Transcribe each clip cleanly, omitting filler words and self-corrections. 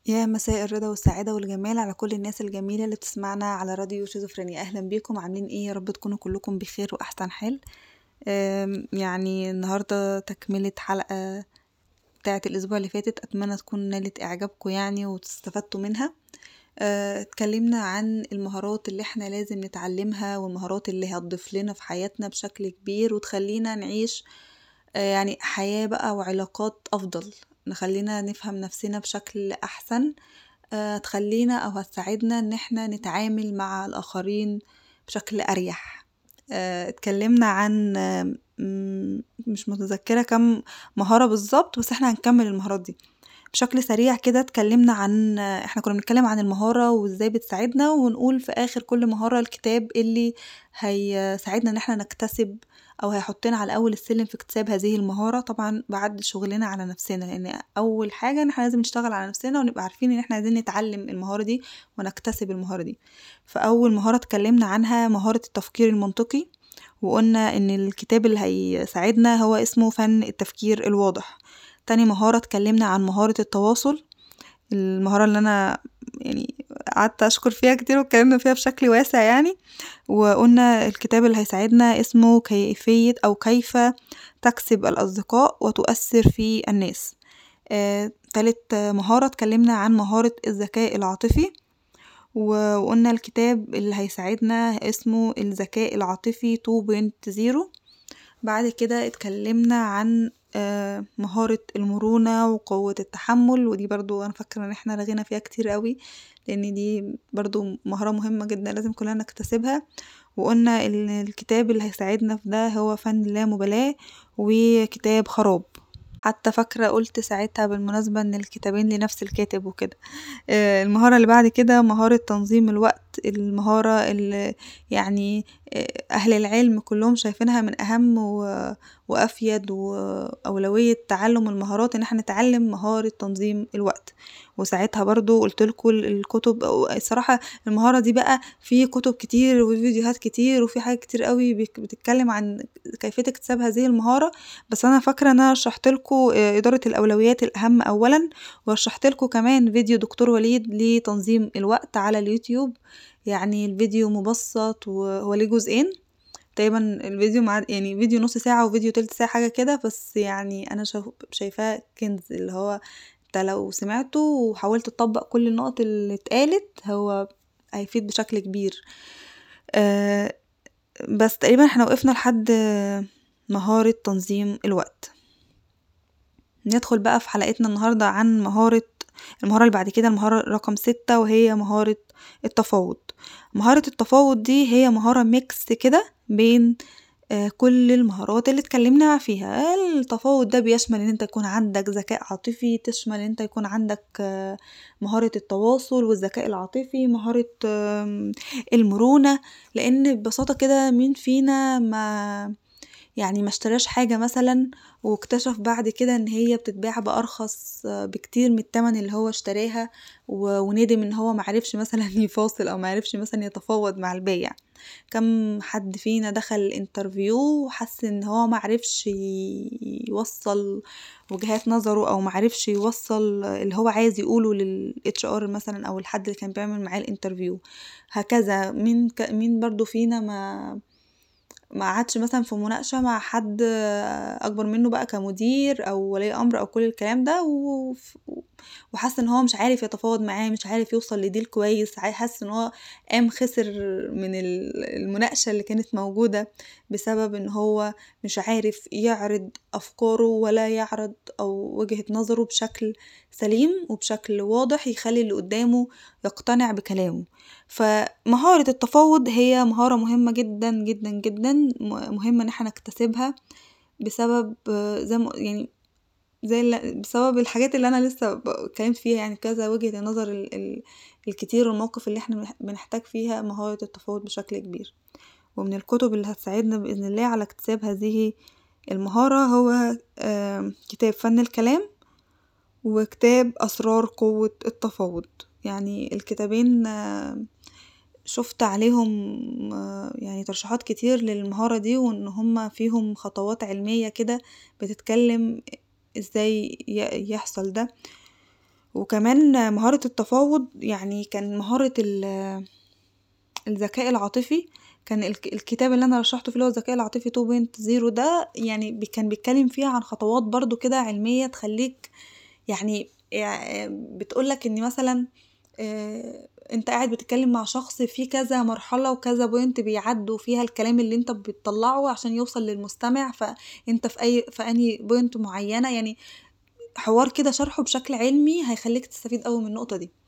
يا مساء الرضا والسعادة والجمال على كل الناس الجميلة اللي بتسمعنا على راديو شيزوفرينيا. أهلا بيكم، عاملين ايه؟ يا رب تكونوا كلكم بخير وأحسن حال. يعني النهاردة تكملة حلقة بتاعة الأسبوع اللي فاتت، أتمنى تكون نالت إعجابكم يعني وتستفدتوا منها. اتكلمنا عن المهارات اللي احنا لازم نتعلمها، والمهارات اللي هتضيف لنا في حياتنا بشكل كبير وتخلينا نعيش يعني حياة بقى وعلاقات أفضل، نخلينا نفهم نفسنا بشكل أحسن. تخلينا أو هتساعدنا إن احنا نتعامل مع الآخرين بشكل أريح. اتكلمنا عن مش متذكرة كم مهارة بالظبط، بس احنا هنكمل المهارات دي بشكل سريع كده. اتكلمنا عن احنا كنا بنتكلم عن المهارة وازاي بتساعدنا، ونقول في آخر كل مهارة الكتاب اللي هيساعدنا ان احنا نكتسب او هيحطنا على اول السلم في اكتساب هذه المهارة، طبعا بعد شغلنا على نفسنا، لان اول حاجة ان احنا لازم نشتغل على نفسنا ونبقى عارفين ان احنا عايزين نتعلم المهارة دي ونكتسب المهارة دي. فاول مهارة اتكلمنا عنها مهارة التفكير المنطقي، وقلنا ان الكتاب اللي هيساعدنا هو اسمه فن التفكير الواضح. تاني مهارة اتكلمنا عن مهارة التواصل، المهارة اللي أنا يعني قعدت أشكر فيها كتير واتكلمنا فيها بشكل واسع يعني. وقلنا الكتاب اللي هيساعدنا اسمه كيفية أو كيف تكسب الأصدقاء وتؤثر في الناس. تالت مهارة اتكلمنا عن مهارة الذكاء العاطفي، وقلنا الكتاب اللي هيساعدنا اسمه الذكاء العاطفي 2.0. بعد كده اتكلمنا عن مهارة المرونة وقوة التحمل، ودي برضو أنا فاكرة ان احنا رغينا فيها كتير قوي، لان دي برضو مهارة مهمة جدا لازم كلنا نكتسبها. وقلنا ان الكتاب اللي هيساعدنا في ده هو فن اللامبالاة وكتاب خراب. حتى فاكرة قلت ساعتها بالمناسبة ان الكتابين لنفس الكاتب وكده. المهارة اللي بعد كده مهارة تنظيم الوقت، المهارة اللي يعني أهل العلم كلهم شايفينها من أهم وأفيد وأولوية تعلم المهارات إن احنا نتعلم مهارة تنظيم الوقت. وساعتها برضو قلتلكوا الكتب، الصراحة المهارة دي بقى في كتب كتير وفي فيديوهات كتير وفي حاجات كتير قوي بتتكلم عن كيفية اكتساب هذه المهارة. بس أنا فاكرة أن أنا رشحتلكوا إدارة الأولويات الأهم أولا، ورشحتلكوا كمان فيديو دكتور وليد لتنظيم الوقت على اليوتيوب. يعني الفيديو مبسط وهو ليه جزئين تقريبا، الفيديو مع يعني فيديو نص ساعة وفيديو تلت ساعة حاجة كده، بس يعني أنا شايفاه كنز، اللي هو انت لو سمعته وحاولت تطبق كل النقط اللي اتقالت هو هيفيد بشكل كبير. أه بس تقريبا احنا وقفنا لحد مهارة تنظيم الوقت. ندخل بقى في حلقتنا النهاردة عن المهارة اللي بعد كده، المهارة رقم 6، وهي مهارة التفاوض. مهارة التفاوض دي هي مهارة ميكس كده بين كل المهارات اللي اتكلمنا فيها. التفاوض ده بيشمل ان انت يكون عندك ذكاء عاطفي، تشمل ان انت يكون عندك مهارة التواصل والذكاء العاطفي، مهارة المرونة. لان ببساطة كده مين فينا ما اشتراش حاجة مثلا واكتشف بعد كده ان هي بتتباع بأرخص بكتير من التمن اللي هو اشتراها، وندم ان هو معرفش مثلا يفاصل او معرفش مثلا يتفاوض مع البايع. كم حد فينا دخل انترفيو وحس ان هو معرفش يوصل وجهات نظره او معرفش يوصل اللي هو عايز يقوله للاتش ار مثلا او الحد اللي كان بيعمل معاه الانترفيو. هكذا مين برضو فينا ما قعدش مثلا في مناقشة مع حد أكبر منه بقى كمدير أو ولي أمر أو كل الكلام ده وحس إن هو مش عارف يتفاوض معاه، مش عارف يوصل لديل كويس، حاسس إن هو قام خسر من المناقشة اللي كانت موجودة بسبب إن هو مش عارف يعرض أفكاره ولا يعرض أو وجهة نظره بشكل سليم وبشكل واضح يخلي اللي قدامه يقتنع بكلامه. فمهارة التفاوض هي مهارة مهمة جدا جدا جدا، مهمة ان احنا نكتسبها بسبب يعني بسبب الحاجات اللي انا لسه اتكلمت فيها، يعني كذا وجهة النظر الكتير والموقف اللي احنا بنحتاج فيها مهارة التفاوض بشكل كبير. ومن الكتب اللي هتساعدنا بإذن الله على اكتساب هذه المهارة هو كتاب فن الكلام وكتاب أسرار قوة التفاوض. يعني الكتابين شفت عليهم يعني ترشيحات كتير للمهارة دي، وان هما فيهم خطوات علمية كده بتتكلم ازاي يحصل ده. وكمان مهارة التفاوض، يعني كان مهارة الذكاء العاطفي. كان الكتاب اللي انا رشحته فيه اللي هو الذكاء العاطفي 2.0 ده، يعني كان بيتكلم فيه عن خطوات برضو كده علمية تخليك يعني بتقولك ان مثلا انت قاعد بتتكلم مع شخص في كذا مرحلة وكذا بوينت بيعدوا فيها الكلام اللي انت بتطلعه عشان يوصل للمستمع، فانت في انهي بوينت معينة، يعني حوار كده شرحه بشكل علمي هيخليك تستفيد قوي من النقطة دي.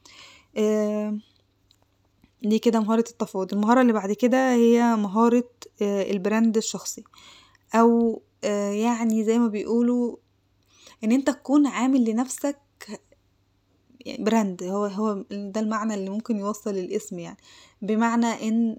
دي كده مهارة التفاوض. المهارة اللي بعد كده هي مهارة البراند الشخصي، او يعني زي ما بيقولوا ان انت تكون عامل لنفسك يعني براند. هو ده المعنى اللي ممكن يوصل الاسم، يعني بمعنى ان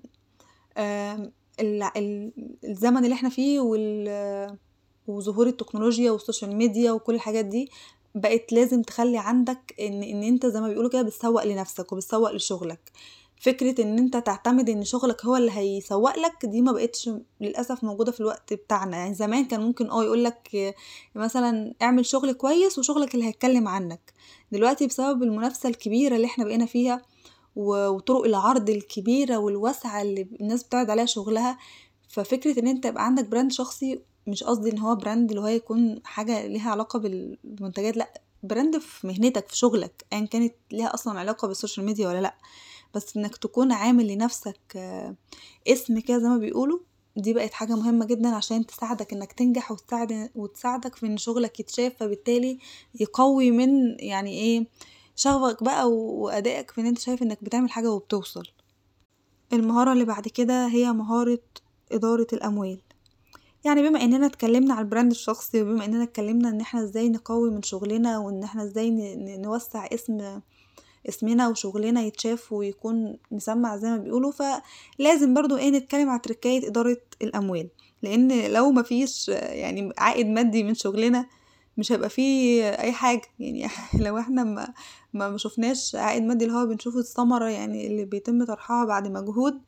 الزمن اللي احنا فيه وظهور التكنولوجيا والسوشيال ميديا وكل الحاجات دي بقت لازم تخلي عندك ان انت زي ما بيقولوا كده بتسوق لنفسك وبتسوق لشغلك. فكرة ان انت تعتمد ان شغلك هو اللي هيسوق لك دي ما بقتش للأسف موجودة في الوقت بتاعنا. يعني زمان كان ممكن يقولك مثلا اعمل شغل كويس وشغلك اللي هيتكلم عنك. دلوقتي بسبب المنافسة الكبيرة اللي احنا بقينا فيها وطرق العرض الكبيرة والواسعة اللي الناس بتعرض عليها شغلها، ففكرة ان انت يبقى عندك براند شخصي، مش قصدي ان هو براند اللي هو يكون حاجة ليها علاقة بالمنتجات، لا، براند في مهنتك في شغلك ايا كانت ليها اصلا علاقة بالسوشيال ميديا ولا لا، بس انك تكون عامل لنفسك اسم كده زي ما بيقولوا. دي بقت حاجة مهمة جدا عشان تساعدك انك تنجح وتساعدك في ان شغلك يتشاف، فبالتالي يقوي من يعني ايه شغفك بقى وادائك في ان انت شايف انك بتعمل حاجة وبتوصل. المهارة اللي بعد كده هي مهارة إدارة الأموال. يعني بما اننا اتكلمنا على البراند الشخصي، وبما اننا اتكلمنا ان احنا ازاي نقوي من شغلنا وان احنا ازاي نوسع اسمنا وشغلنا يتشاف ويكون مسمع زي ما بيقولوا، فلازم برضو نتكلم على تركية إدارة الأموال. لأن لو مفيش يعني عائد مادي من شغلنا مش هيبقى فيه أي حاجة. يعني لو احنا ما شفناش عائد مادي اللي هو بنشوفه الثمرة يعني اللي بيتم طرحها بعد مجهود،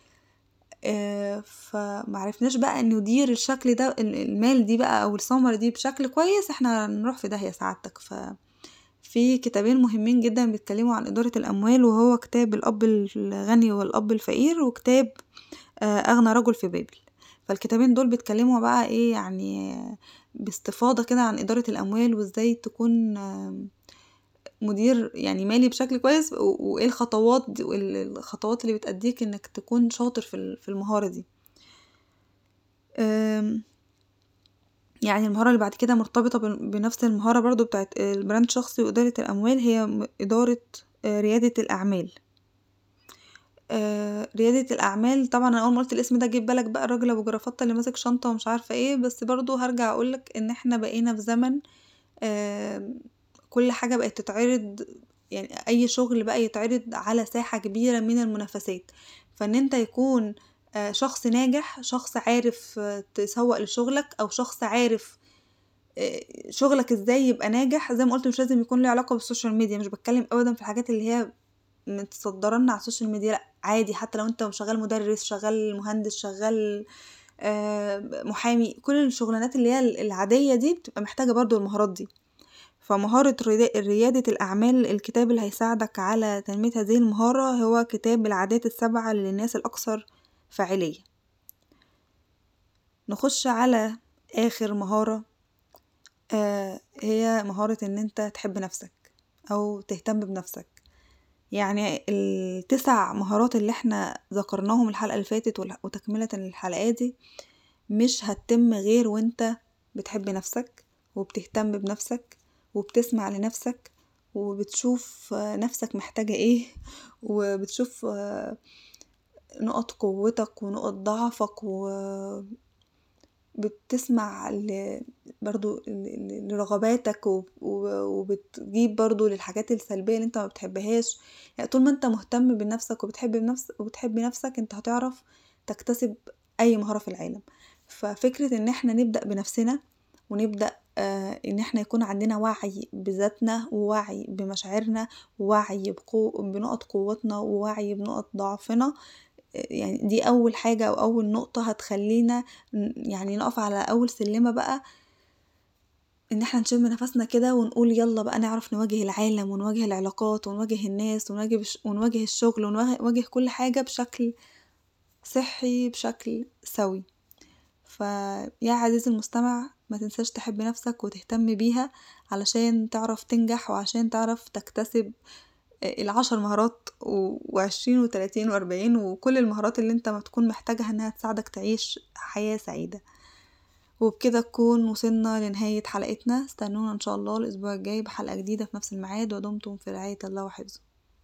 فمعرفناش بقى ان ندير الشكل ده المال دي بقى او الثمرة دي بشكل كويس، احنا نروح في داهية سعادتك. في كتابين مهمين جدا بيتكلموا عن إدارة الأموال، وهو كتاب الأب الغني والأب الفقير، وكتاب أغنى رجل في بابل. فالكتابين دول بيتكلموا بقى يعني باستفاضة كده عن إدارة الأموال وإزاي تكون مدير يعني مالي بشكل كويس، وإيه الخطوات اللي بتأديك إنك تكون شاطر في المهارة دي. يعني المهارة اللي بعد كده مرتبطة بنفس المهارة برضو بتاعت البراند الشخصي وإدارة الأموال، هي إدارة ريادة الأعمال. ريادة الأعمال طبعا أنا أول ما قلت الاسم ده جيب بالك بقى الراجل أبو جرافطة اللي ماسك شنطة ومش عارفة ايه، بس برضو هرجع أقولك إن احنا بقينا في زمن كل حاجة بقت تتعرض، يعني أي شغل بقى يتعرض على ساحة كبيرة من المنافسات. فإن انت يكون شخص ناجح، شخص عارف تسوق لشغلك، أو شخص عارف شغلك ازاي يبقى ناجح. زي ما قلت مش لازم يكون له علاقة بالسوشيال ميديا، مش بتكلم ابدا في الحاجات اللي هي متصدرنا على السوشيال ميديا، لا عادي، حتى لو انت شغال مدرس، شغال مهندس، شغال محامي، كل الشغلانات اللي هي العادية دي بتبقى محتاجة برضو المهارات دي. فمهارة ريادة الأعمال، الكتاب اللي هيساعدك على تنمية هذه المهارة هو كتاب العادات السبعة للناس الأكثر فاعلية. نخش على آخر مهارة، هي مهارة ان انت تحب نفسك او تهتم بنفسك. يعني 9 مهارات اللي احنا ذكرناهم الحلقة اللي فاتت وتكملة الحلقات دي مش هتتم غير وانت بتحب نفسك وبتهتم بنفسك وبتسمع لنفسك وبتشوف نفسك محتاجة ايه، وبتشوف نقط قوتك ونقط ضعفك، بتسمع برضو لرغباتك وبتجيب برضو للحاجات السلبية اللي انت ما بتحبهاش. يعني طول ما انت مهتم بنفسك وبتحب نفسك انت هتعرف تكتسب اي مهارة في العالم. ففكرة ان احنا نبدأ بنفسنا ونبدأ ان احنا يكون عندنا وعي بذاتنا ووعي بمشاعرنا ووعي بنقط قوتنا ووعي بنقط ضعفنا، يعني دي اول حاجة او اول نقطة هتخلينا يعني نقف على اول سلمة بقى ان احنا نشم نفسنا كده ونقول يلا بقى نعرف نواجه العالم ونواجه العلاقات ونواجه الناس ونواجه الشغل ونواجه كل حاجة بشكل صحي، بشكل سوي. فيا عزيزي المستمع، ما تنساش تحب نفسك وتهتم بيها علشان تعرف تنجح وعشان تعرف تكتسب 10 مهارات و20 و30 و40 وكل المهارات اللي انت ما تكون محتاجها انها تساعدك تعيش حياة سعيدة. وبكده نكون وصلنا لنهاية حلقتنا. استنونا ان شاء الله الاسبوع الجاي بحلقة جديدة في نفس الميعاد، ودمتم في رعاية الله وحفظه.